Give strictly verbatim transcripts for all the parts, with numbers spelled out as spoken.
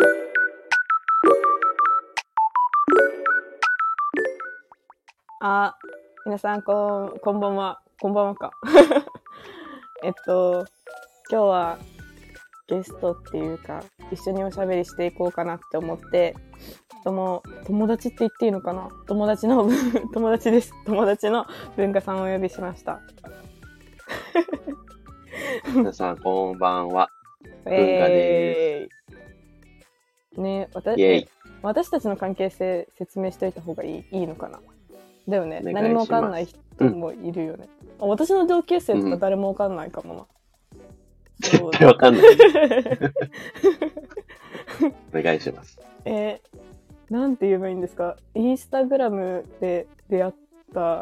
あ、皆さんこん、こんばんは。こんばんはか。えっと、今日はゲストっていうか、一緒におしゃべりしていこうかなって思って、とも友達って言っていいのかな、友達の、友達です。友達の文化さんをお呼びしました。 皆さん、こんばんは。文化えー、ね、私、 イェイ。 私たちの関係性説明しておいた方がいい、いいのかな。だよね。 お願いします。 何もわかんない人もいるよね。あ、私の同級生とか誰もわかんないかもな。 絶対わかんない。お願いします。 えー、なんて言えばいいんですか。インスタグラムで出会った、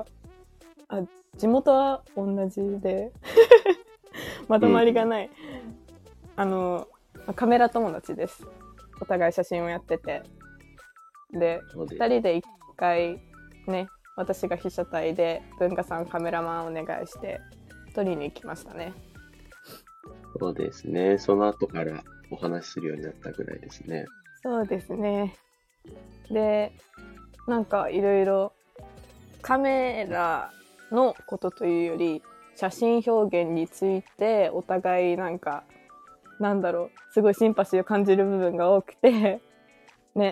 あ、地元は同じで、まとまりがない、うん、あの、カメラ友達です。お互い写真をやってて。で、二人で一回ね、私が被写体で文化さんカメラマンお願いして撮りに行きましたね。 そうですね。その後からお話しするようになったぐらいですね。 そうですね。で、なんかいろいろカメラのことというより写真表現についてお互いなんかなんだろう、すごいシンパシーを感じる部分が多くてね。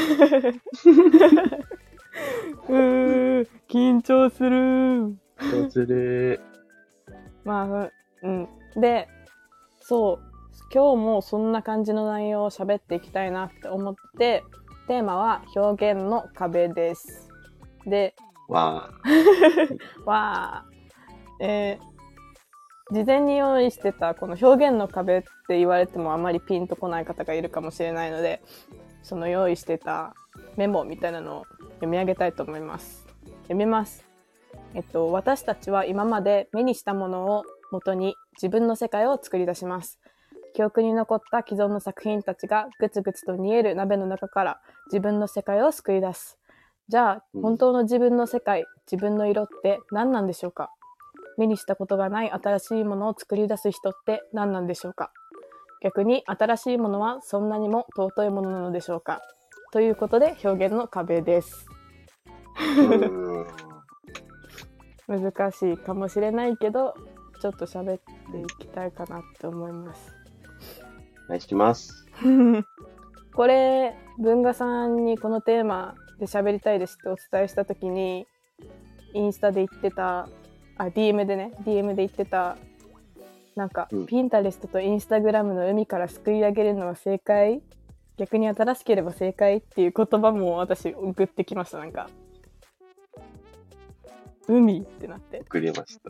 うー緊張する緊張するまあ、うん。で、そう今日もそんな感じの内容を喋っていきたいなって思って、テーマは表現の壁です。で、 わーわー、えー、事前に用意してたこの表現の壁って言われてもあまりピンとこない方がいるかもしれないので、その用意してたメモみたいなのを読み上げたいと思います。読みます。えっと、私たちは今まで目にしたものを元に自分の世界を作り出します。記憶に残った既存の作品たちがぐつぐつと煮える鍋の中から自分の世界を救い出す。じゃあ、本当の自分の世界、自分の色って何なんでしょうか？目にしたことがない新しいものを作り出す人って何なんでしょうか？逆に新しいものはそんなにも尊いものなのでしょうか？ということで表現の壁です。難しいかもしれないけど、ちょっと喋っていきたいかなって思います。 お願いします。 これ、文雅さんにこのテーマで喋りたいですってお伝えしたときに、インスタで言ってた、あ、ディーエム でね、ディーエム で言ってた、なんか、うん、ピンタレストとインスタグラムの海からすくい上げるのは正解？逆に新しければ正解っていう言葉も私、グッてきました、なんか。海ってなって。 送りました。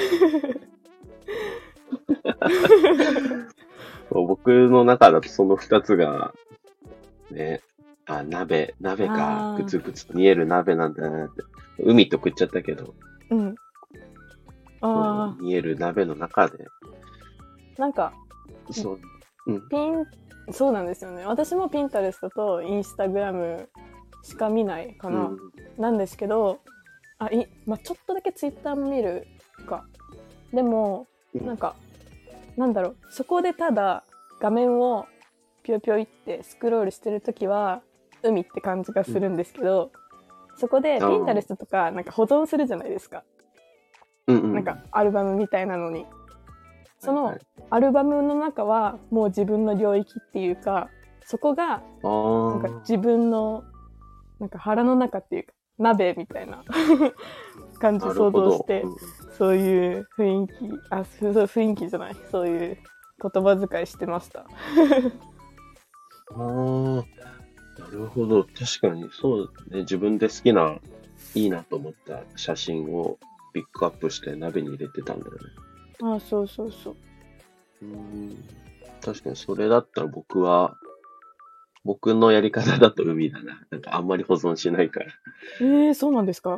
僕の中だとその二つが、ね、あ、鍋、鍋か、ぐつぐつ煮える鍋なんだなって。海と食っちゃったけど。 うん。ああ。煮える鍋の中で。 なんか、 そう、うん。 ピン、そうなんですよね。私もピンタレストとインスタグラムしか見ないかな。うん、なんですけど、あ、い、まあ、ちょっとだけツイッターも見るか。でも、なんか、なんだろう、そこでただ画面をぴょぴょいってスクロールしてるときは海って感じがするんですけど、うん、そこでピンタレストとかなんか保存するじゃないですか。 うんうん、 なんかアルバムみたいなのに。そのアルバムの中はもう自分の領域っていうか、そこがなんか自分のなんか腹の中っていうか鍋みたいな感じ想像して、うん、そういう雰囲気、あ、そう雰囲気じゃない、そういう言葉遣いしてました。 ああ、なるほど。確かにそうね。自分で好きな、いいなと思った写真をピックアップして鍋に入れてたんだよね。 ああ、そうそうそう。 うーん、確かにそれだったら僕は、僕のやり方だと海だな。なんかあんまり保存しないから。 えー、そうなんですか？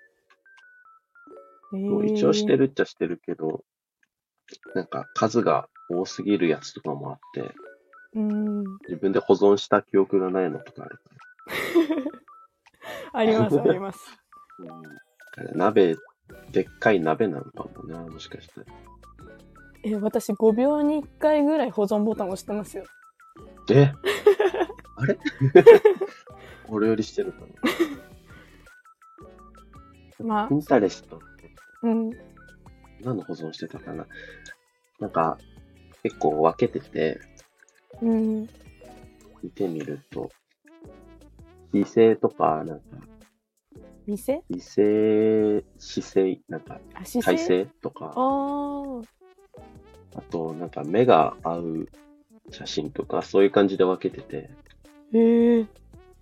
えー、一応してるっちゃしてるけど、なんか数が多すぎるやつとかもあって、 うーん自分で保存した記憶がないのとかあるから。 ありますあります。 うん、鍋、でっかい鍋なのかもな、もしかしたら。 え、私ごびょうにいっかいぐらい保存ボタン押してますよ。 えあれ俺よりしてるかな。 まあピンタレストってうん何の保存してたかな。なんか、結構分けてて、 うん見てみると、姿勢とか、なんか、 店姿勢、姿勢、なんか、 あ姿体勢勢とか、 ああと、なんか目が合う写真とか、そういう感じで分けてて、 ーへえ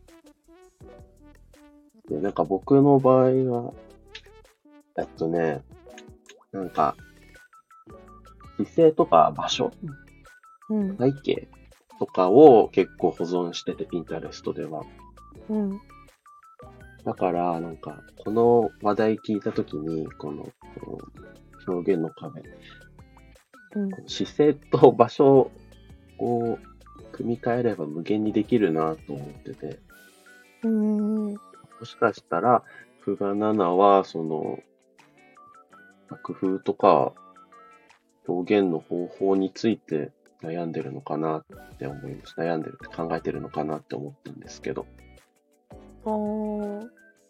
で、なんか僕の場合は、えっとね、なんか、姿勢とか場所、 うん背景とかを結構保存してて、ピンタレストでは。 うんだから、なんか、この話題聞いたときに、この、この表現の壁、 うん姿勢と場所を組み替えれば無限にできるなと思ってて、 うんもしかしたら、フガナナは、その、楽譜とか表現の方法について悩んでるのかなって思います。悩んでるって考えてるのかなって思ったんですけど。 あー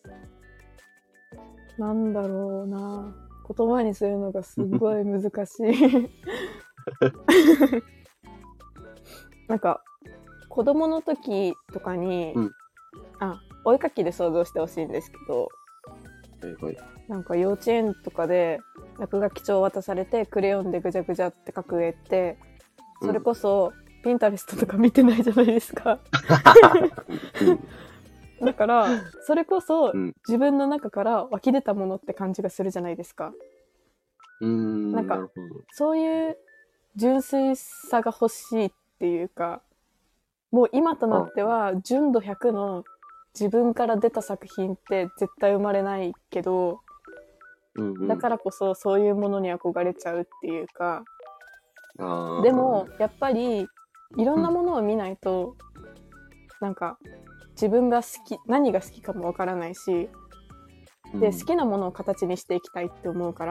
なんだろうな言葉にするのがすごい難しいなんか子供の時とかに、 うんあお絵描きで想像してほしいんですけど、 はいはい。 なんか幼稚園とかで落書き帳を渡されてクレヨンでぐちゃぐちゃって描く絵ってそれこそピンタレストとか見てないじゃないですかだからそれこそうん自分の中から湧き出たものって感じがするじゃないですか。 うーん、 なんかなるほど。 そういう純粋さが欲しいっていうか、もう今となっては純度ひゃくの自分から出た作品って絶対生まれないけど、 うんうん、 だからこそそういうものに憧れちゃうっていうか、 あーでもやっぱりいろんなものを見ないと、なんか自分が好き何が好きかもわからないし、でうん好きなものを形にしていきたいって思うから、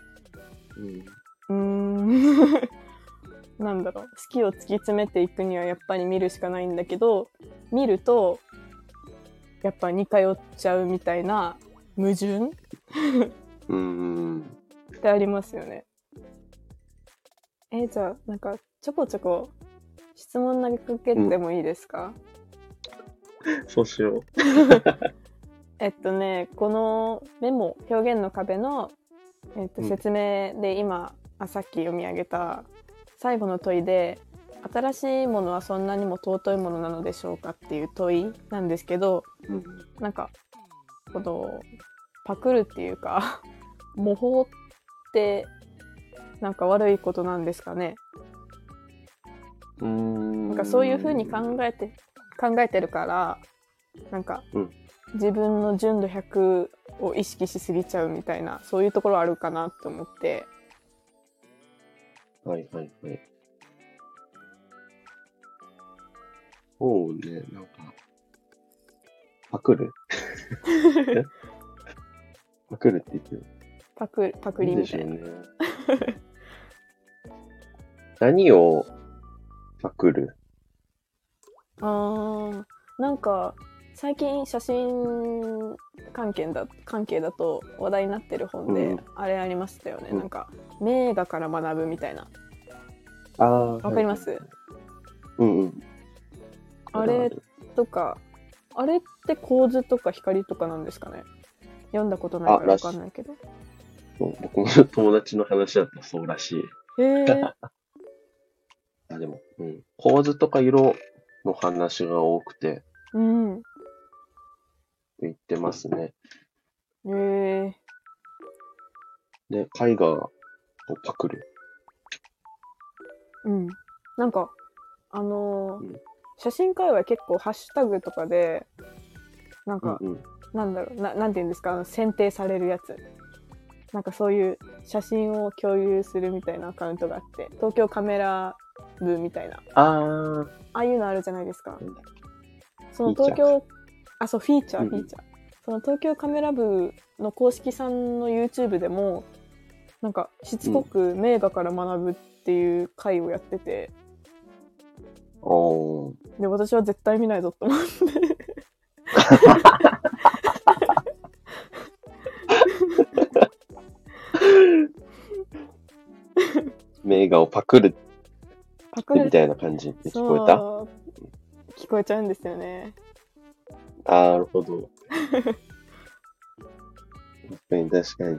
うんうーんなんだろう、好きを突き詰めていくにはやっぱり見るしかないんだけど、見るとやっぱ似通っちゃうみたいな矛盾うんうんってありますよね。えじゃあなんかちょこちょこ質問投げかけてもいいですか？ そうしよう。 えっとね、このメモ表現の壁の、えっと、 うん説明で今、あさっき読み上げた最後の問いで、新しいものはそんなにも尊いものなのでしょうかっていう問いなんですけど、 うんなんかこのパクるっていうか模倣ってなんか悪いことなんですかね。 うーんなんかそういう風に考えて考えてるからなんか、 うん自分の純度ひゃくを意識しすぎちゃうみたいな、そういうところあるかなと思って。 はいはいはい。そうね、なんか、パクるパクるって言ってる。 パクパクリみたいな。 なんでしょうね。何をパクる？ あーなんか最近写真関係だ関係だと話題になってる本で、 うんあれありましたよね、 うんなんか名画から学ぶみたいな。 ああ、 わかります？ はいはいはいうんうん。 あれとか、あれって構図とか光とかなんですかね。読んだことないからわかんないけど。 そう僕も友達の話だとそうらしい。 へえ。 あ、でも、うん。構図とか色の話が多くてうん。 言ってますね。 へえ。 で、絵画をパクる。 うん。なんかあのーうん写真界隈結構ハッシュタグとかでなんか、 うんうん。 なんだろうな、なんていうんですか、あの選定されるやつ。なんかそういう写真を共有するみたいなアカウントがあって、東京カメラ部みたいな、 あああいうのあるじゃないですか。 うんその東京、あ、そう、フィーチャー、 うんフィーチャー。その東京カメラ部の公式さんの YouTube でも、なんかしつこく名画から学ぶっていう回をやってて、 ー、おー。 で、私は絶対見ないぞと思って。 名画をパクるパクるみたいな感じに聞こえた？ そう聞こえちゃうんですよね。 あーなるほど。確かに確かに。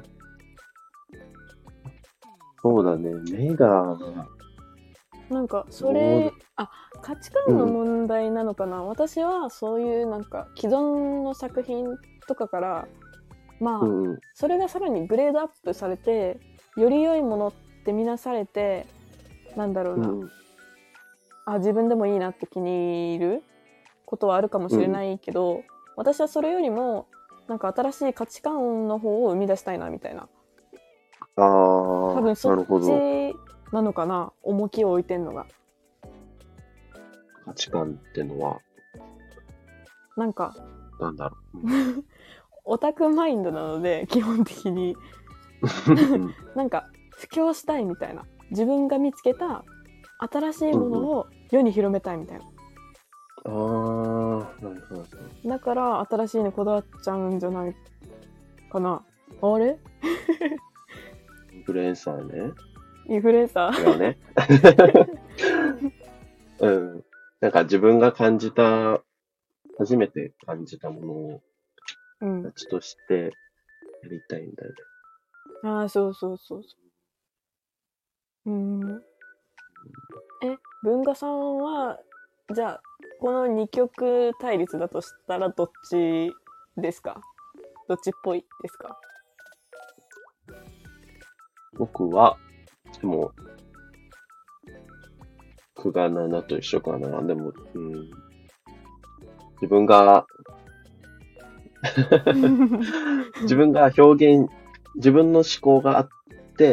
そうだね、名画は、 なんかそそうれだあ価値観の問題なのかな、私はそういうなんか既存の作品とかからまあ、 うんうん。 それがさらにグレードアップされてより良いものって見なされて、なんだろうな、 うんあ自分でもいいなって気に入ることはあるかもしれないけど、私はそれよりもなんか新しい価値観の方を生み出したいなみたいな、 ああ、 多分そっなるほど。 ちなのかな、重きを置いてんのが。 価値観ってのは、 なんかなんだろう。うんオタクマインドなので基本的になんか布教したいみたいな、自分が見つけた新しいものを世に広めたいみたいな、 ああ、なるほど。 だから新しいのこだわっちゃうんじゃないかな。あれインフルエンサーね。 インフルエンサー違うね。うん。なんか自分が感じた、初めて感じたものをうん形としてやりたいんだよね。 ああそうそうそうそううんえ文雅さんはじゃあこの二極対立だとしたらどっちですか？どっちっぽいですか？ 僕は、でも、くがななと一緒かな。でも、うん、自分が、自分が表現、自分の思考があって、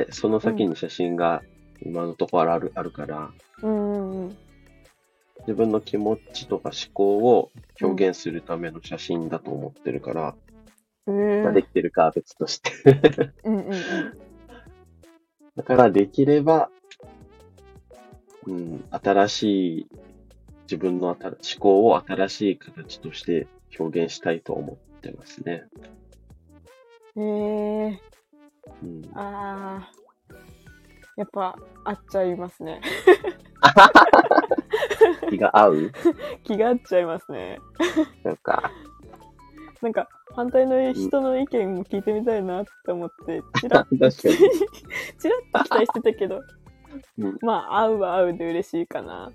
その先に写真が今のところある、あるから、 うんうんうん自分の気持ちとか思考を表現するための写真だと思ってるから、 えまあ、でーきてるかは別として。 うんうんうんだからできれば、うん、新しい、自分の新思考を新しい形として表現したいと思ってますね。 えー、 うん、 あーやっぱ合っちゃいますね気が合う気が合っちゃいますね。 なんか、 なんか反対の人の意見も聞いてみたいなって思ってチラッと確かに。 チラッと期待してたけど、 うん、 まあ合うは合うで嬉しいかな。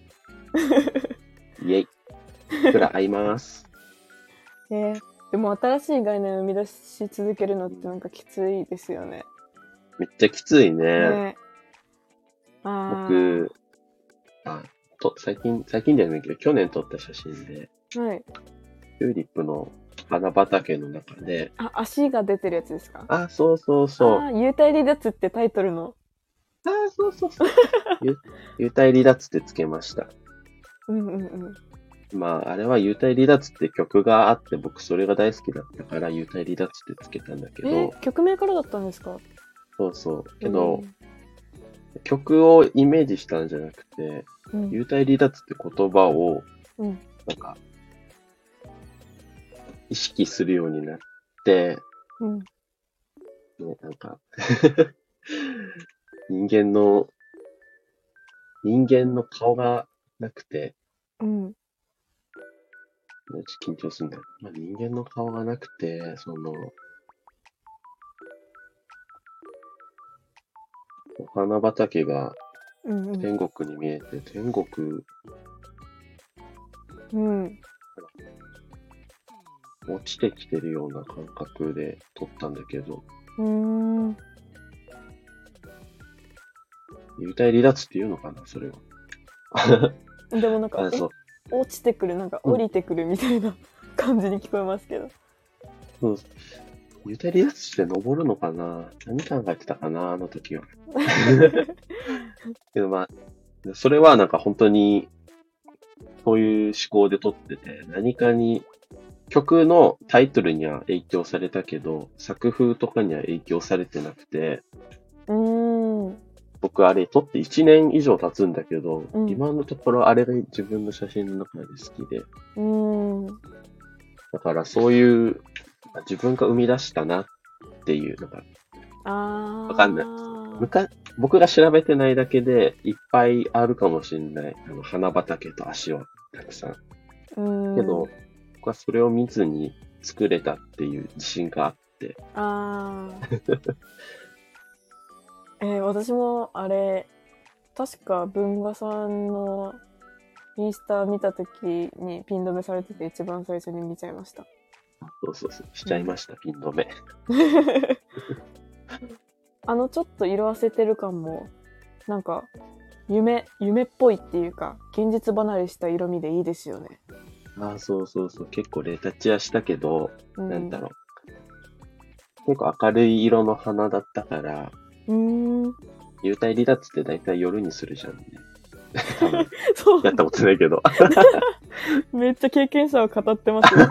イェイ。いくら合います。 えー、でも新しい概念を生み出し続けるのってなんかきついですよね。 めっちゃきついね。 ねあ僕、あ、と、最近、最近じゃないけど、去年撮った写真で、 ーはい。 チューリップの花畑の中で、 あ、足が出てるやつですか？ あ、そうそうそう。 あー、幽体離脱ってタイトルの。 あ、そうそうそう。ゆ幽体離脱ってつけました。 うんうんうん。 まあ、あれは幽体離脱って曲があって、僕それが大好きだったから幽体離脱ってつけたんだけど、 えー、曲名からだったんですか？ そうそう。けど、 うん曲をイメージしたんじゃなくて、 うん幽体離脱って言葉を、 うんなんか、意識するようになって、 うんね、なんか、人間の、人間の顔がなくて、 うんめっちゃ緊張するんだよ。まあ、人間の顔がなくて、その、お花畑がうんうん天国に見えて、天国うん落ちてきてるような感覚で撮ったんだけど、 うーん幽体離脱っていうのかな、それは。 でもなんかあ、そう。 え落ちてくるなんかうん降りてくるみたいな感じに聞こえますけど。 そう幽体離脱して登るのかな、何考えてたかな、あの時は。けどまあ、それはなんか本当に、そういう思考で撮ってて、何かに、曲のタイトルには影響されたけど、作風とかには影響されてなくて、 うーん僕あれ撮っていちねん以上経つんだけど、 うん、 今のところあれが自分の写真の中で好きで、 うーん。 だからそういう自分が生み出したなっていう、なんかわかんない。 あむか僕が調べてないだけでいっぱいあるかもしれない。あの花畑と足をたくさん。 ー、うーん。 けど、僕はそれを見ずに作れたっていう自信があって。 あー。えー私もあれ、確か文雅さんのインスタ見たときにピン止めされてて一番最初に見ちゃいました。 そうそうそう。しうん。 ちゃいました、ピン止め。 あのちょっと色あせてる感も、なんか、夢、夢っぽいっていうか、現実離れした色味でいいですよね。 ああ、そうそうそう。結構レタッチはしたけど、 うん。 なんだろう。結構明るい色の花だったから、 うーん。 幽体離脱って大体夜にするじゃんね。多分、 そう。 やったことないけど。 めっちゃ経験者は語ってますよ。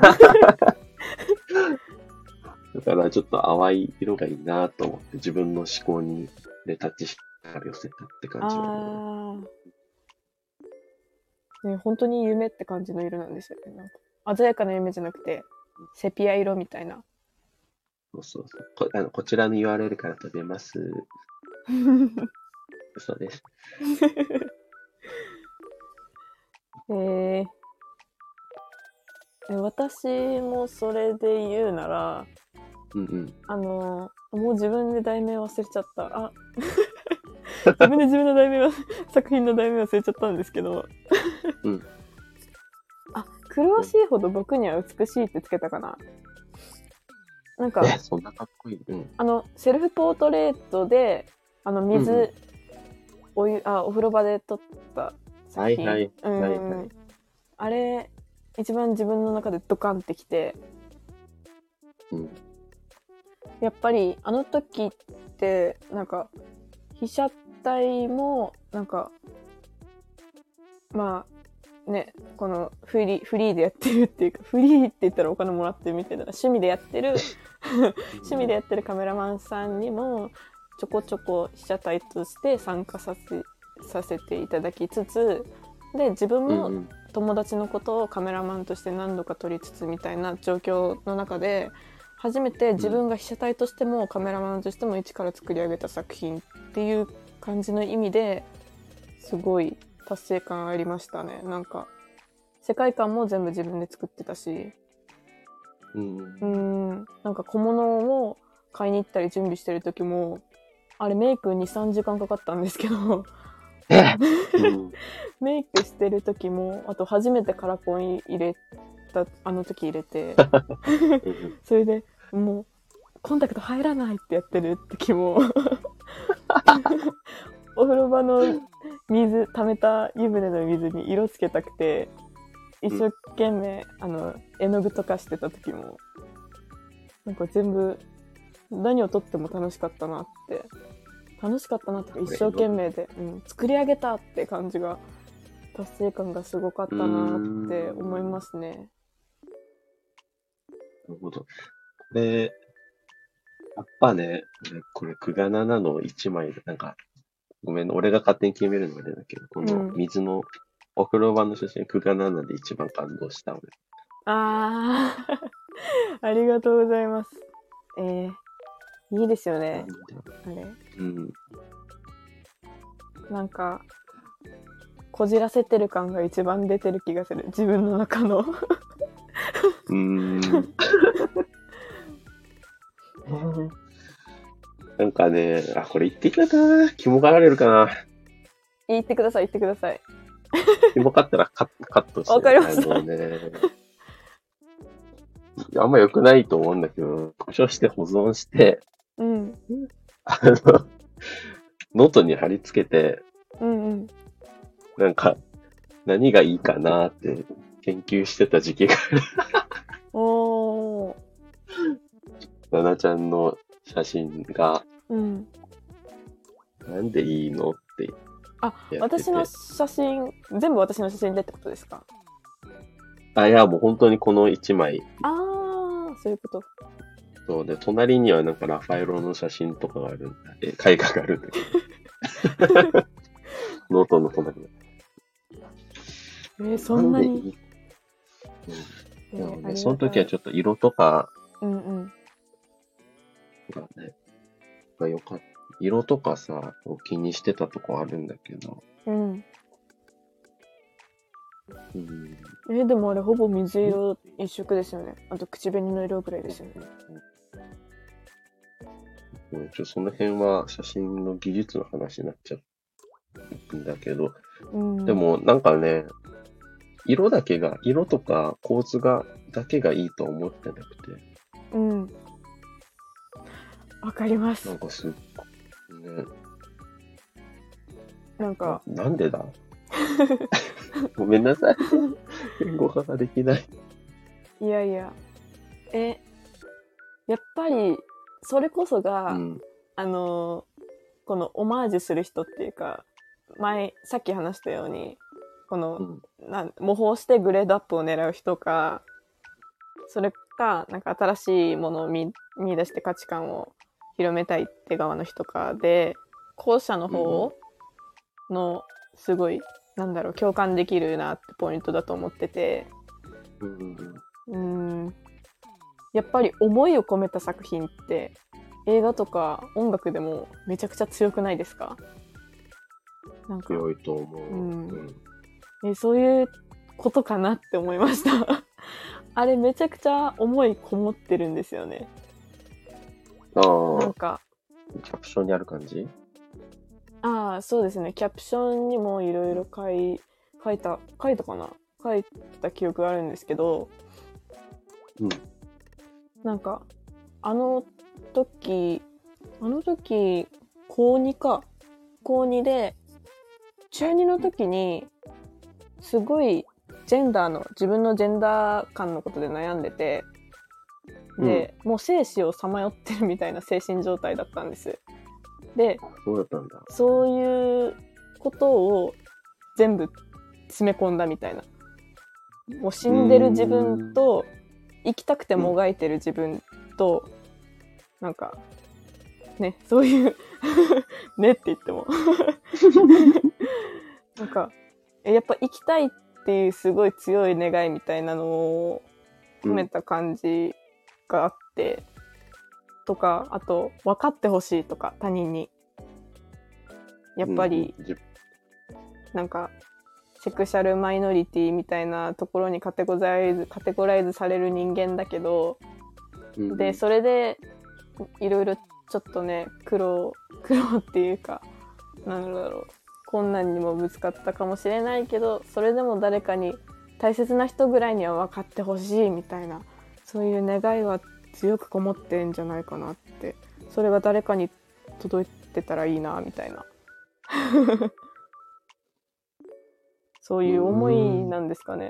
だからちょっと淡い色がいいなと思って自分の思考にレタッチしてから寄せたって感じはあるな。 あー。ね、本当に夢って感じの色なんですよね。なんか鮮やかな夢じゃなくて、セピア色みたいな。 そうそうそう。こあのこちらの ユーアールエル から飛べます。嘘です。 えー、え私もそれで言うなら、 うんうん。 あのーもう自分で題名忘れちゃった。あ、自分で自分の題名は、作品の題名忘れちゃったんですけど、 うん。 あ、麗しいほど僕には美しいってつけたかな。なんか、 え、そんなかっこいい。うん。 あの、セルフポートレートで、あの、 うんうん。 水、お湯、あ、お風呂場で撮った作品。 はいはいうはいはい。 ん。あれ、一番自分の中でドカンってきて、 うん。 やっぱりあの時って、なんか、被写体も、なんか、まあ、ね、このフリー、フリーでやってるっていうか、フリーって言ったらお金もらってるみたいな、趣味でやってる趣味でやってるカメラマンさんにも、ちょこちょこ被写体として参加させ、させていただきつつ、で、自分もうんうん。 友達のことをカメラマンとして何度か撮りつつみたいな状況の中で、初めて自うん。 分が被写体としてもカメラマンとしても一から作り上げた作品っていう感じの意味ですごい達成感ありましたね。なんか世界観も全部自分で作ってたし、 ううーん。 ん、なんか小物を買いに行ったり準備してる時も、あれメイクに、さんじかんかかったんですけど、 えうん。 メイクしてる時も、あと初めてカラコン入れた、あの時入れて、 うんうん。 それでもうコンタクト入らないってやってる時も、お風呂場の水、溜めた湯船の水に色つけたくて、一うん。 生懸命、あの、絵の具とかしてた時も、なんか全部、何を撮っても楽しかったなって、楽しかったなってか、一これ、 生絵の具。 懸命で、うん、作り上げたって感じが、達成感がすごかっうーたなって思いん。なますね。 るほど。これ、やっぱね、俺これ、クガナナの一枚で、なんか、ごめん、俺が勝手に決めるのはあれだけど、このうん。 水のお風呂場の写真、クガナナで一番感動した、俺。 あー、ありがとうございます。えー、いいですよね。 なんだろあれ。 う。うん。 なんか、こじらせてる感が一番出てる気がする。自分の中の。 うーん。なんかね、あ、これ言っていいのかな、キモがられるかな。 言ってください、言ってください。 キモかったらカッカットしわて、 かりました。 あのね、あんま良くないと思うんだけど、故障して保存して、 うん。 あの、ノートに貼り付けて、 うんうん。 なんか、何がいいかなって研究してた時期が、 おー。 ナナちゃんの写真が、 うん。 なんでいいのってあ、私のやってて。 写真、全部私の写真でってことですか？ あ、いや、もう本当にこの一枚。 あー、そういうこと。 そうで、隣にはなんかラファエロの写真とかがあるんだ。え、絵画があるんだけど。 ノートの隣で。 えー、そんなに。 んでいい、うん、でもね、その時はちょっと色とかうんうん。 がね、がよかった。色とかさ、気にしてたとこあるんだけど。 うん。 うん、 えー、でもあれほぼ水色一色ですよね。あと口紅の色ぐらいですよね。 うん、ちょその辺は写真の技術の話になっちゃうんだけど、 うん、 でもなんかね、色だけが、色とか構図が、だけがいいとは思ってなくて。 うん。わかります。 なんかすっごい、ね。 なんか。 な、なんでだごめんなさい。言語化ができない。 いやいや。え、やっぱり、それこそが、 うん、 あのー、このオマージュする人っていうか、前、さっき話したように、この、 うん、 なん模倣してグレードアップを狙う人か、それか、なんか新しいものを見見出して価値観を広めたいって側の人かで、後者のうん、 方の、すごい、なんだろう、共感できるなってポイントだと思ってて、 うん、 うーん、やっぱり思いを込めた作品って映画とか音楽でもめちゃくちゃ強くないですか？なんか、 強いと思う。 うん、 うん、 え、そういうことかなって思いました。あれめちゃくちゃ思いこもってるんですよね。 ああ、 なんか、 キャプションにある感じ。 ああ、そうですね。キャプションにもいろいろ書い、書いた、書いたかな書いた記憶があるんですけど、 うん、 なんか、あの時、あの時、高にか。高にで、中にの時に、すごい、ジェンダーの、自分のジェンダー感のことで悩んでて、で、うん、もう生死をさまよってるみたいな精神状態だったんです。で、 そうだったんだ。 そういうことを全部詰め込んだみたいな。もう死んでる自分と、生きたくてもがいてる自分と、うん、なんか、ね、そういう、ねって言っても。なんか、やっぱ生きたいっていうすごい強い願いみたいなのを込めた感じがあって、うん、とか、あと、分かってほしいとか、他人に。やっぱり、なんか、セクシャルマイノリティみたいなところにカテゴライズ、カテゴライズされる人間だけど、うん、で、それで、いろいろちょっとね、苦労、苦労っていうか、なんだろう、困難にもぶつかったかもしれないけど、それでも誰かに大切な人ぐらいには分かってほしいみたいな、そういう願いは強くこもってんじゃないかなって、それが誰かに届いてたらいいなみたいなそういう思いなんですかね。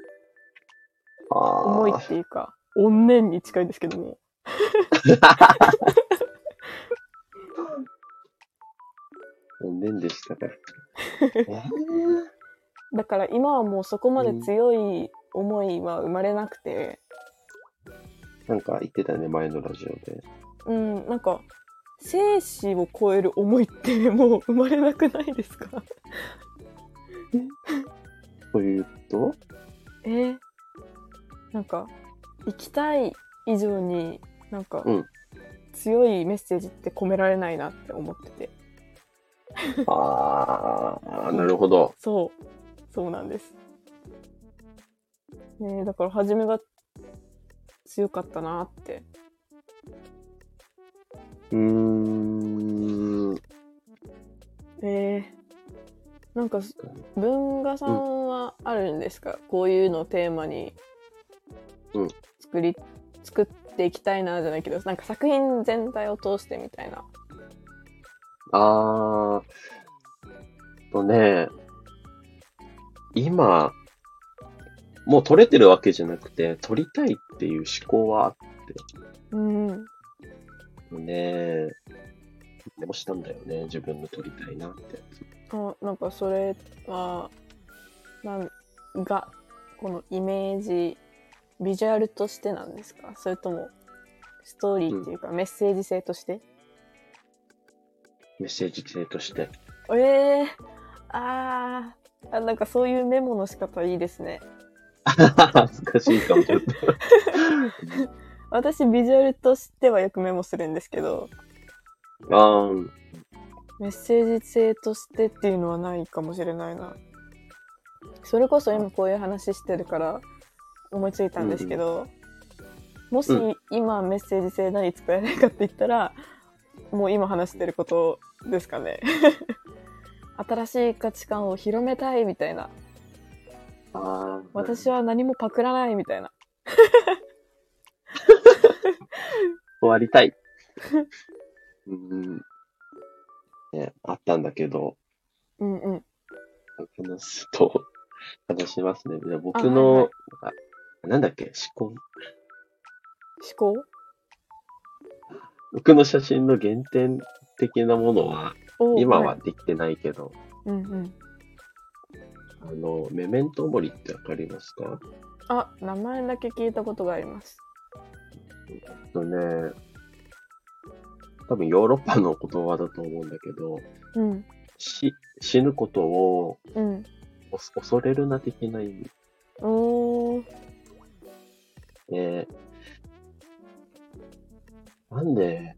思いっていうか怨念に近いですけども怨念でしたか。 だから今はもうそこまで強い思いは生まれなくて、 うん、なんか言ってたね、前のラジオで。 うん、なんか生死を超える思いってもう生まれなくないですか？ というと、 えー、なんか生きたい以上になんか、うん、強いメッセージって込められないなって思ってて。 ああ、なるほど。 そうそうなんです。ね、だから初めが強かったなって。 うーん。 えー、なんか文雅さんはあるんですか、うん、こういうのをテーマに作り、うん、作っていきたいなじゃないけど、なんか作品全体を通してみたいな。 あーとね、今もう撮れてるわけじゃなくて、撮りたいっていう思考はあって。 うん。 ねえ。でもしたんだよね、自分の撮りたいなってやつ。あ、なんかそれは、なんが、このイメージ、ビジュアルとしてなんですか？それとも、ストーリーっていうか、うん、メッセージ性として？ メッセージ性として。 えー、あーあ、なんかそういうメモの仕方いいですね。 恥ずかしいかも、ちょっと。 私、ビジュアルとしてはよくメモするんですけど、 あーメッセージ性としてっていうのはないかもしれないな。それこそ今こういう話してるから思いついたんですけど、もしうん今メッセージ性何使えないかって言ったら、もう今話してることですかね。新しい価値観を広めたいみたいな。 あー私は何もパクらないみたいな。 終わりたい。うんね、あったんだけど、 うんうん。 話すと、話しますね。じゃああ、はいはい。 僕の、 思なんかなんだっけ、思考。 考僕の写真の原点的なものは、今おはい。 はできてないけど、 うんうん。 あの、メメントモリってわかりますか？ あ、名前だけ聞いたことがあります。 えっとね、多分ヨーロッパの言葉だと思うんだけど、 うん。 し死ぬことをうん。 お恐れるな的な意味おー。 で、なんで、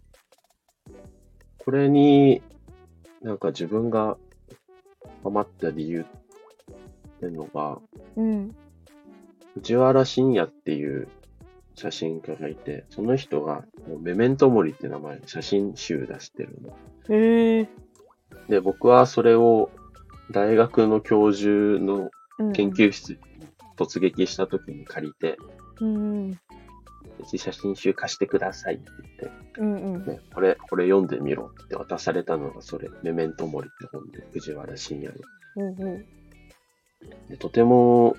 これになんか自分がハマった理由っていうのが、 うん。 藤原信也っていう写真家がいて、その人がもうメメントモリって名前で写真集出してるの。 へえ。 で、僕はそれを大学の教授のうん研究室に突撃した時に借りて、 うんうん写真集貸してくださいって言って、 うんうんね、これ、これ読んでみろって渡されたのがそれ、メメントモリって本で、藤原信也の。 うんうんでとても、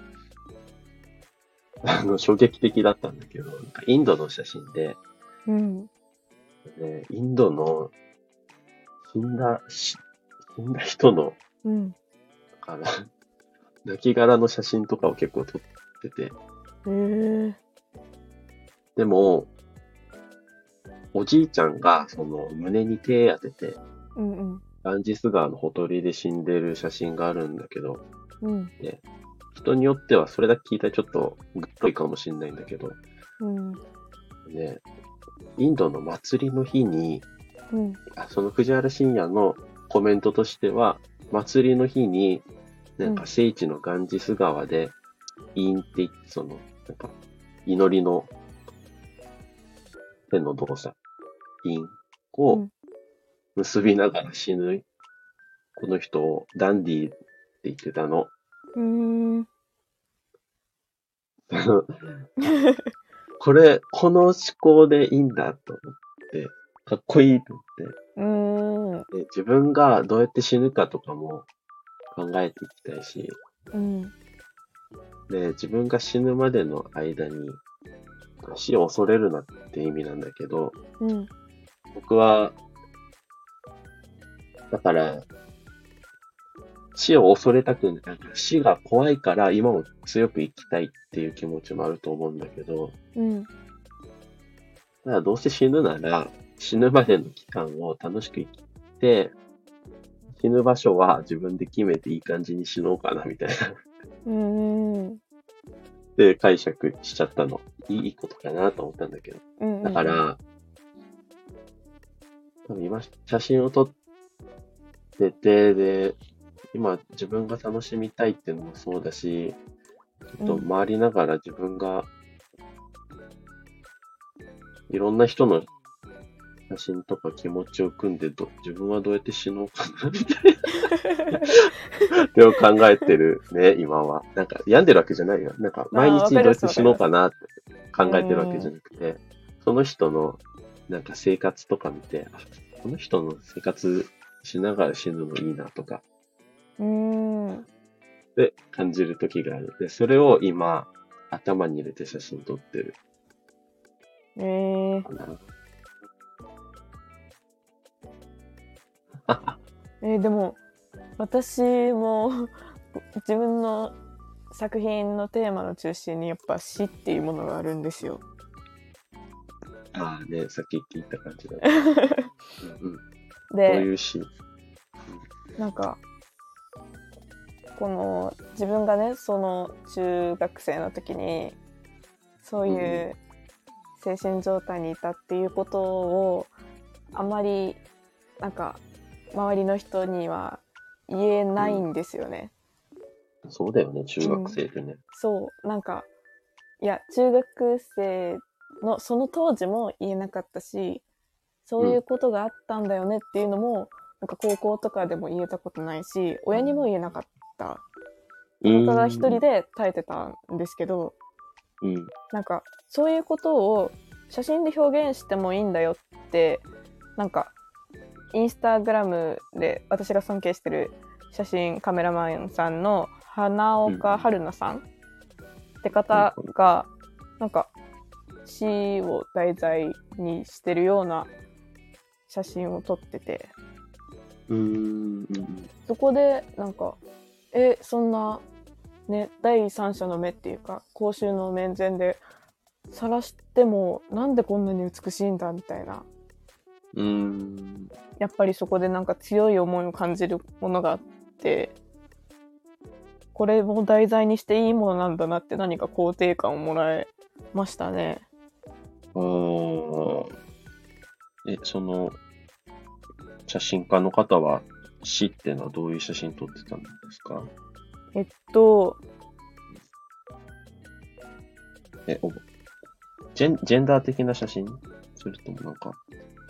あの、衝撃的だったんだけど、なんかインドの写真で、 うんね、インドの死んだ、し死んだ人の、 うんから、亡骸の写真とかを結構撮ってて、 へえ。 でも、おじいちゃんが、その、胸に手当てて、 うんうんガンジス川のほとりで死んでる写真があるんだけど、 うん人によってはそれだけ聞いたらちょっとグッといかもしれないんだけど、 うんね、インドの祭りの日に、 うんあその藤原信也のコメントとしては、祭りの日に、なんか聖地のガンジス川で、インって言って、その、なんか、祈りの手の動作、インうをん結びながら死ぬ、この人をダンディーって言ってたの。 うんこれ、この思考でいいんだと思って、かっこいいと思って、 うんで自分がどうやって死ぬかとかも考えていきたいし、 うんで、自分が死ぬまでの間に、死を恐れるなって意味なんだけど、 うん僕は、だから、死を恐れたくない、なんか死が怖いから今も強く生きたいっていう気持ちもあると思うんだけど、 うんただどうせ死ぬなら、死ぬまでの期間を楽しく生きて、死ぬ場所は自分で決めていい感じに死のうかな、みたいな。 うんで、解釈しちゃったの。いいことかなと思ったんだけど。 うんだから、多分今、写真を撮ってて、で、今自分が楽しみたいっていうのもそうだし、ちょっと回りながら自分が、いろんな人の写真とか気持ちを組んでど、自分はどうやって死のうかな、みたいな。ってを考えてるね、今は。なんか病んでるわけじゃないよ。なんか毎日どうやって死のうかなって考えてるわけじゃなくて、その人のなんか生活とか見て、あ、この人の生活しながら死ぬのいいなとか、 うんで感じる時がある。で、それを今、頭に入れて写真撮ってるえーかな。 えーでも私も自分の作品のテーマの中心にやっぱ死っていうものがあるんですよ。 ああね、さっき聞いた感じだ、ね。うんうん、 どうで、 いうシーン？ なんか、この自分がね、その中学生の時に、そういう精神状態にいたっていうことを、あまり、なんか、周りの人には言えないんですよね。 そうだよね、中学生でね。 そう、なんか、いや、中学生のその当時も言えなかったし、そういうことがあったんだよねっていうのも、なんか高校とかでも言えたことないし、親にも言えなかった。 うーん。 ただ一人で耐えてたんですけど、 うん。 なんか、そういうことを写真で表現してもいいんだよって、なんか、インスタグラムで私が尊敬してる写真カメラマンさんの花岡春菜さんって方が、なんか死を題材にしてるような写真を撮ってて、 うーん。 そこでなんか、え、そんなね、第三者の目っていうか、公衆の面前で晒してもなんでこんなに美しいんだみたいな。 うーん。 やっぱりそこでなんか強い思いを感じるものがあって、これも題材にしていいものなんだなって何か肯定感をもらえましたね。 あーえ、その、写真家の方は、死っていうのはどういう写真撮ってたんですか？ えっと、 え、おジェン、ジェンダー的な写真？それともなんか、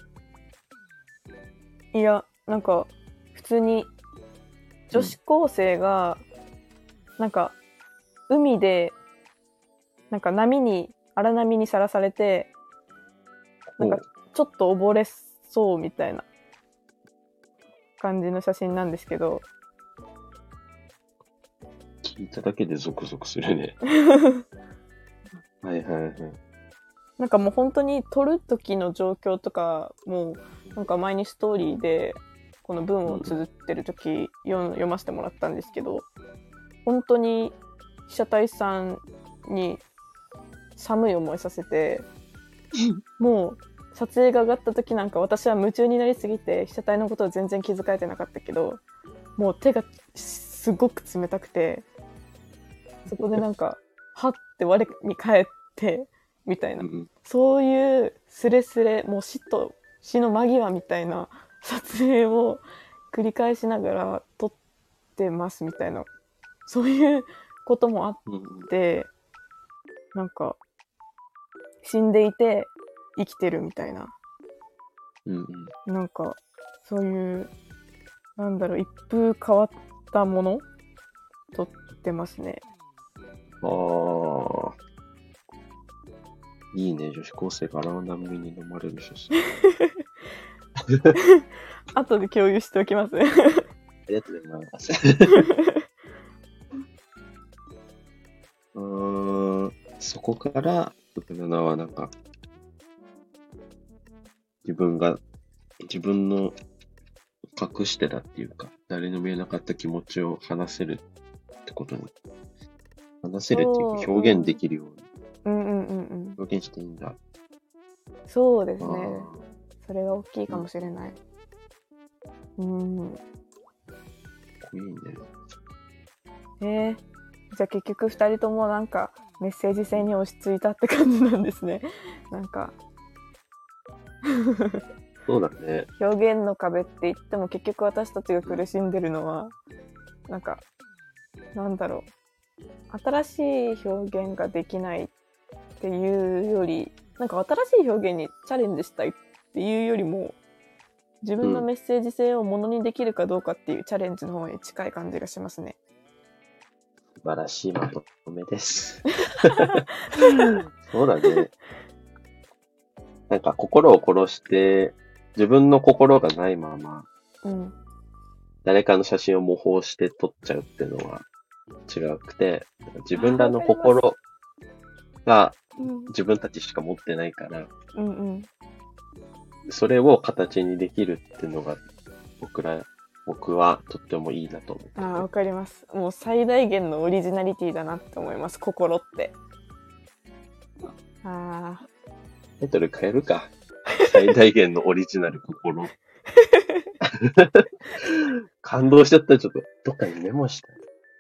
いや、なんか普通に女子高生がなんか海でなんか波に荒波にさらされてなんかちょっと溺れそうみたいな感じの写真なんですけど、 聞いただけでゾクゾクするね。はいはいはい。 なんかもう本当に撮る時の状況とかもなんか前にストーリーでこの文を綴ってる時読読ませてもらったんですけど、本当に被写体さんに寒い思いさせて、もう撮影が上がった時なんか私は夢中になりすぎて被写体のことを全然気づかれてなかったけど、もう手がすごく冷たくて、そこでなんかはって我に返ってみたいな、 うん、 そういうスレスレ、もう死と死の間際みたいな撮影を繰り返しながら撮ってますみたいな、そういうこともあっうん、 て、なんか死んでいて生きてるみたいな、 うん、 なんかそういうなんだろう、一風変わったもの撮ってますね。 ああ、いいね、女子高生が荒波に飲まれる写真。 後で共有しておきます。 ありがとうございます。うーん、そこから、福永はなんか、自分が、自分の隠してたっていうか、誰にも言えなかった気持ちを話せるってことに、話せるっていうか表現できるように、 うんうんうんうん。 表現していいんだ。 そうですあね。 ーそれが大きいかもしれない。うん。 かっこいいね。 えー、じゃあ結局ふたりともなんかメッセージ性に落ち着いたって感じなんですね。なんかそうだね。 表現の壁って言っても結局私たちが苦しんでるのはなんかなんだろう、新しい表現ができないっていうより、なんか新しい表現にチャレンジしたいっていうよりも、自分のメッセージ性をものにできるかどうかっていうチャレンジの方に近い感じがしますね。 素晴らしいまとめです。そうだね。なんか心を殺して、自分の心がないまま、 うん。 誰かの写真を模倣して撮っちゃうっていうのは違くて、自分らの心が自分たちしか持ってないから、 うんうん。 それを形にできるっていうのが僕ら、僕はとってもいいなと思って。 ああ、わかります。もう最大限のオリジナリティだなって思います、心って。ああ。 タイトル変えるか。最大限のオリジナル心。 感動しちゃったらちょっとどっかにメモした。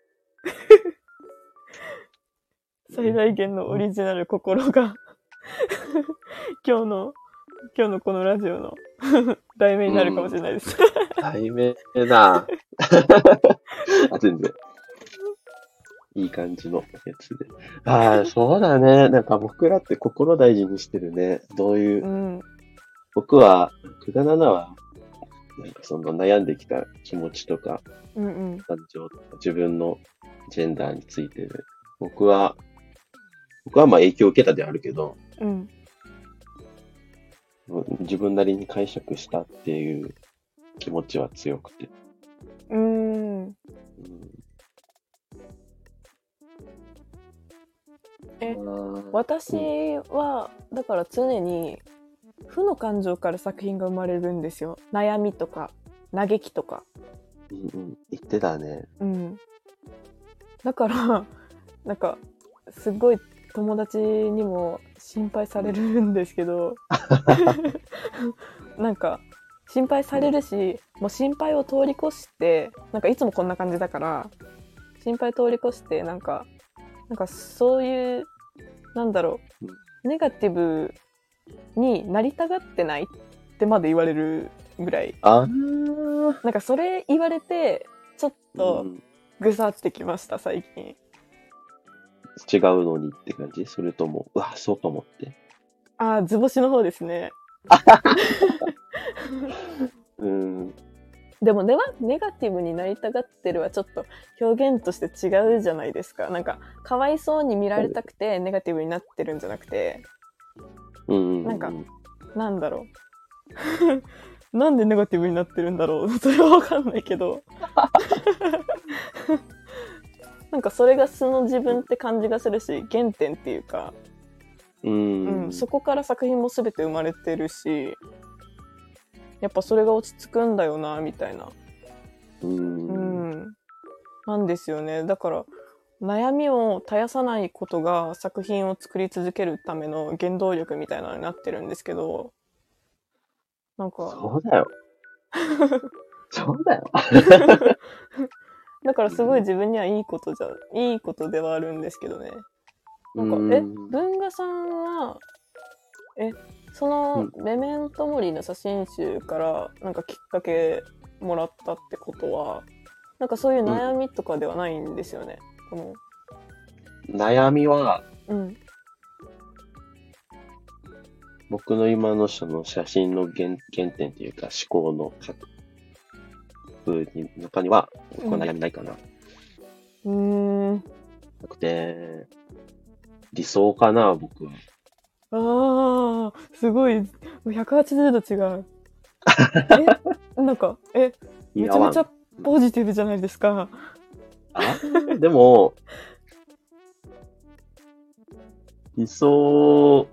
最大限のオリジナル心が今日の今日のこのラジオの題名になるかもしれないです。 題名だ。あ、全然。いい感じのやつで。ああ、そうだね。なんか僕らって心大事にしてるね。どういう。 うん、 僕は、くだななは、なんかその悩んできた気持ちとか、 うんうん、 感情とか、自分のジェンダーについてる。僕は、僕はまあ影響を受けたであるけど、 うん、 自分なりに解釈したっていう気持ちは強くて。 うーん。 うんえ、私は、だから常に負の感情から作品が生まれるんですよ。悩みとか、嘆きとか。 うんうん、言ってたね。 うん。だから、なんか、すっごい友達にも心配されるんですけど、なんか、心配されるし、もう心配を通り越して、なんかいつもこんな感じだから、心配通り越して、なんか、なんかそういう、なんだろう、ネガティブになりたがってないってまで言われるぐらい。 あなんかそれ言われて、ちょっとぐさってきました、最近。 違うのにって感じ？それとも、うわ、そうかもって。 ああ、図星の方ですね。 うん。 でもネガ、ネガティブになりたがってるはちょっと表現として違うじゃないですか。なんか、かわいそうに見られたくてネガティブになってるんじゃなくて、 うんうんうん、 なんか、なんだろう。なんでネガティブになってるんだろう。それはわかんないけど。なんかそれが素の自分って感じがするし、原点っていうか、 うん、 うん、そこから作品も全て生まれてるし、やっぱそれが落ち着くんだよな、みたいな。 うん、 うん。なんですよね。だから、悩みを絶やさないことが作品を作り続けるための原動力みたいなのになってるんですけど、なんか。 そうだよ。そうだよ。 だからすごい自分にはいいことじゃ、いいことではあるんですけどね。なんか、え、文雅さんは、え、その、メメントモリの写真集から、なんかきっかけもらったってことは、なんかそういう悩みとかではないんですよね。うん、この悩みは、 うん、 僕の今のその写真の原原点というか思考の核の中には、この悩みないかな。 うん。うーん。 なくて、理想かな、僕は。 ああ、すごい、ひゃくはちじゅうど違う。え、なんか、え、めちゃめちゃポジティブじゃないですか。 あでも、理想、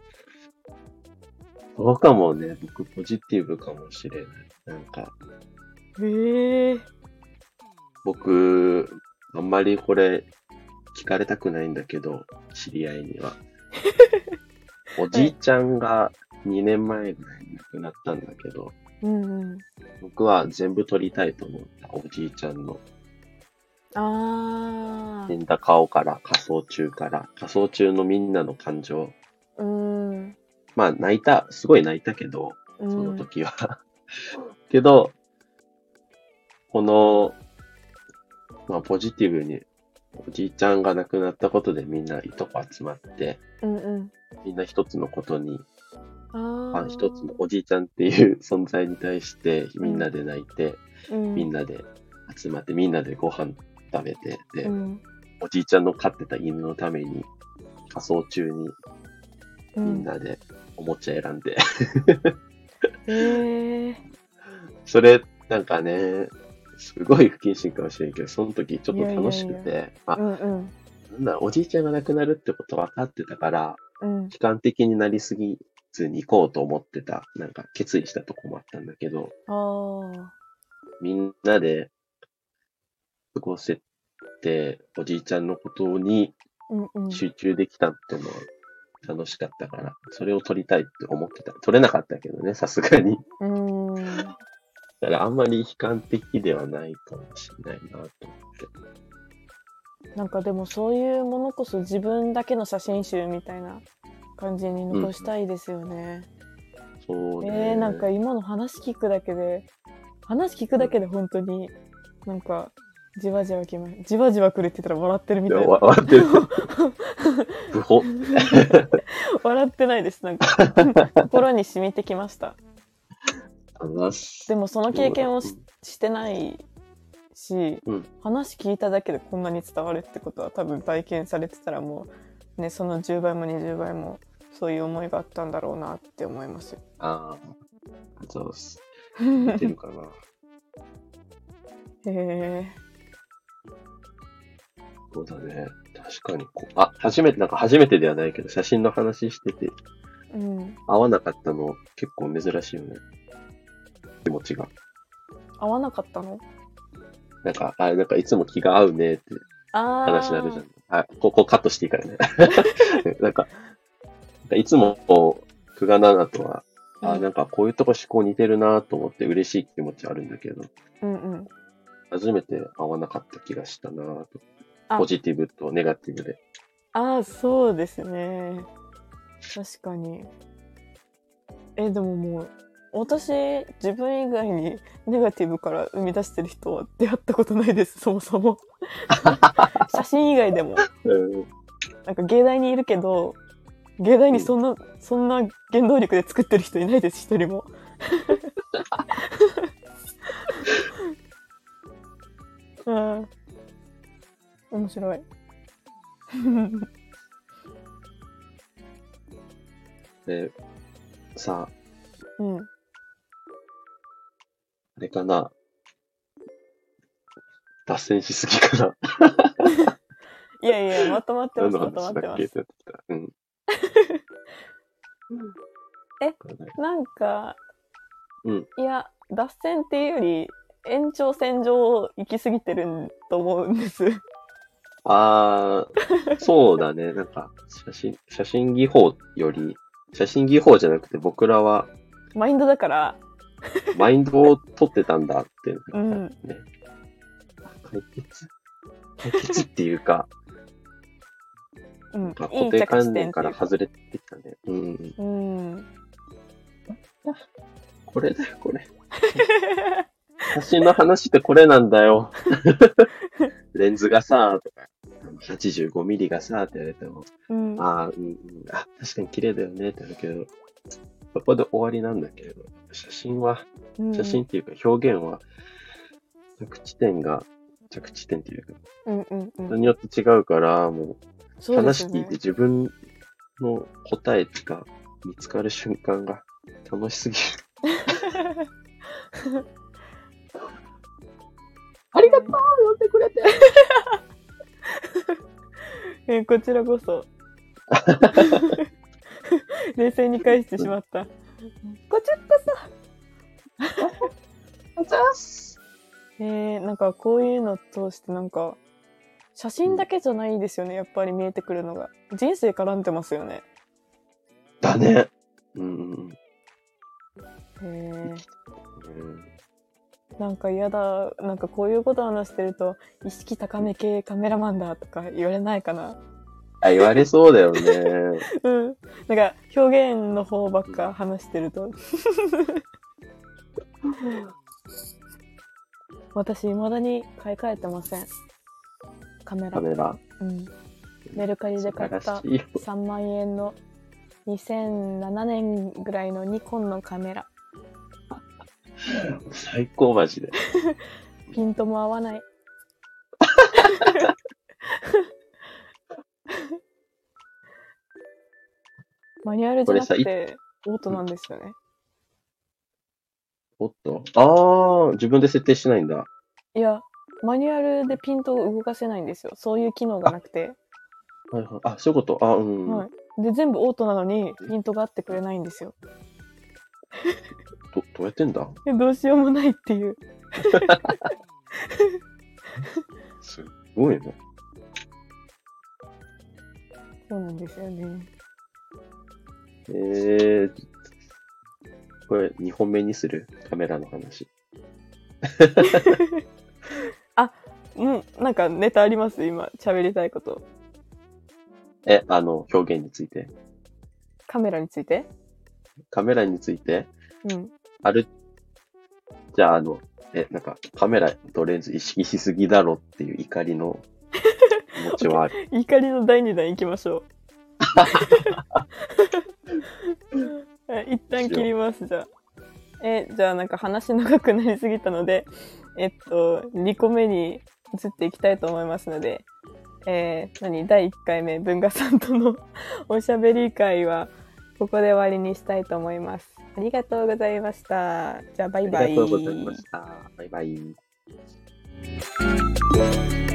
そうかもね。僕、ポジティブかもしれない。なんか。 へえ。 僕、あんまりこれ、聞かれたくないんだけど、知り合いには。おじいちゃんがにねんまえぐらいに亡くなったんだけど、 うんうん、 僕は全部撮りたいと思った。おじいちゃんの。 あ死んだ顔から、仮想中から、仮想中のみんなの感情。 うん。 まあ、泣いた、すごい泣いたけど、その時は。けど、この、まあ、ポジティブに、おじいちゃんが亡くなったことでみんないとこ集まって、 うんうん、 みんな一つのことに、 あ一つのおじいちゃんっていう存在に対してみんなで泣いて、 うん、 みんなで集まって、みんなでご飯食べて、で、 うん、 おじいちゃんの飼ってた犬のために仮装中にみんなでおもちゃ選んで、 うん、へえ。 それなんかね、すごい不謹慎かもしれんけど、その時ちょっと楽しくて、いやいやいやまあ、うんうん、なんだろう、おじいちゃんが亡くなるってこと分かってたから、うん、悲観的になりすぎずに行こうと思ってた、なんか決意したとこもあったんだけど、あみんなで過ごせて、おじいちゃんのことに集中できたっていうのは楽しかったから、それを撮りたいって思ってた。撮れなかったけどね、さすがに。うーんだからあんまり悲観的ではないかもしれないなと思って。 なんかでもそういうものこそ自分だけの写真集みたいな感じに残したいですよね。 うん、そうね。 えー、なんか今の話聞くだけで、話聞くだけで本当になんかじわじわきまじわじわくるって言ったら笑ってるみたいな。 笑ってる。不法。 笑ってないです。なんか心に染みてきました。でもその経験を し, してないし、うん、話聞いただけでこんなに伝わるってことは多分体験されてたらもうね、そのじゅうばいもにじゅうばいもそういう思いがあったんだろうなって思いますよ。 ああ、そうっす。似てるかな。 へえ。 そうだね。確かにこう。あ、初めて、なんか初めてではないけど、写真の話してて、うん、合わなかったの結構珍しいよね。気持ちが。 合わなかったの？ なんか、あれ、なんかいつも気が合うねって話になるじゃん。あ、ここカットしていいからね。なんか、いつもこう、久我奈々とは、うん、あ、なんかこういうとこ思考似てるなと思って嬉しい気持ちあるんだけど、うんうん、初めて合わなかった気がしたなと。ポジティブとネガティブで。 ああ、そうですね。確かに。え、でももう、私、自分以外にネガティブから生み出してる人は出会ったことないです、そもそも。写真以外でも。うん、なんか芸大にいるけど、芸大にそんな、うん、そんな原動力で作ってる人いないです、一人も。うん。面白い。 で、さあ、 うん。 あれかな。脱線しすぎかな。 いやいや、まとまってます、まとまってます。うん、え、なんか、うん、いや、脱線っていうより、延長線上行き過ぎてると思うんです。 ああ、そうだね。なんか、写真、写真技法より、写真技法じゃなくて僕らは、 マインドだから、 マインドを取ってたんだって、ね、うん、解決解決っていうか、うん、固定観念から外れてきたね。うん。うん。これだよ、これ。写真の話ってこれなんだよ。レンズがさ、とか、はちじゅうごミリがさ、って言われても、うん、ああ、うん、あ、確かに綺麗だよね、って言うけど、そこで終わりなんだけれど、写真は、写真っていうか表現は、着地点が、着地点っていうか、うんうんうん、人によって違うから、もう、う、ね、話聞いて自分の答えが見つかる瞬間が楽しすぎる。ありがとう、呼んでくれて。 えこちらこそ。冷静に返してしまった。こちらこそ。おざっす。えー、なんかこういうの通してなんか写真だけじゃないですよね、やっぱり見えてくるのが。人生絡んでますよね。 だね。うん。 へえ。うんなんか嫌だ。なんかこういうこと話してると、意識高め系カメラマンだとか言われないかな。 あ、言われそうだよね。 うん。なんか表現の方ばっか話してると。私、未だに買い替えてません。カメラ。 カメラ。 うん。メルカリで買ったさんまんえんのにせんななねんぐらいのニコンのカメラ。 最高マジで。 ピントも合わない。マニュアルじゃなくてオートなんですよね。 オート？ああ、自分で設定しないんだ。 いや、マニュアルでピントを動かせないんですよ。そういう機能がなくて。 はいはい。あ、そういうこと。あ、うん。 はい。で、全部オートなのにピントが合ってくれないんですよ。 ど、どうやってんだ？ どうしようもないっていう。 すごいね。 そうなんですよね。 えー、これにほんめにするカメラの話。 あ、うん、なんかネタあります今、喋りたいこと。 え、あの、表現について。 カメラについて。 カメラについてうん。 ある、じゃあ、あの、え、なんか、カメラとレンズ意識しすぎだろっていう怒りの気持ちはある。 怒りのだいにだんいきましょう。え一旦切りますじゃあ。えじゃあなんか話長くなりすぎたので、えっとにこめに移っていきたいと思いますので、えー、何だいいっかいめ文雅さんとのおしゃべり会はここで終わりにしたいと思います。ありがとうございました。じゃあバイバイ。 ありがとうございました。バイバイ。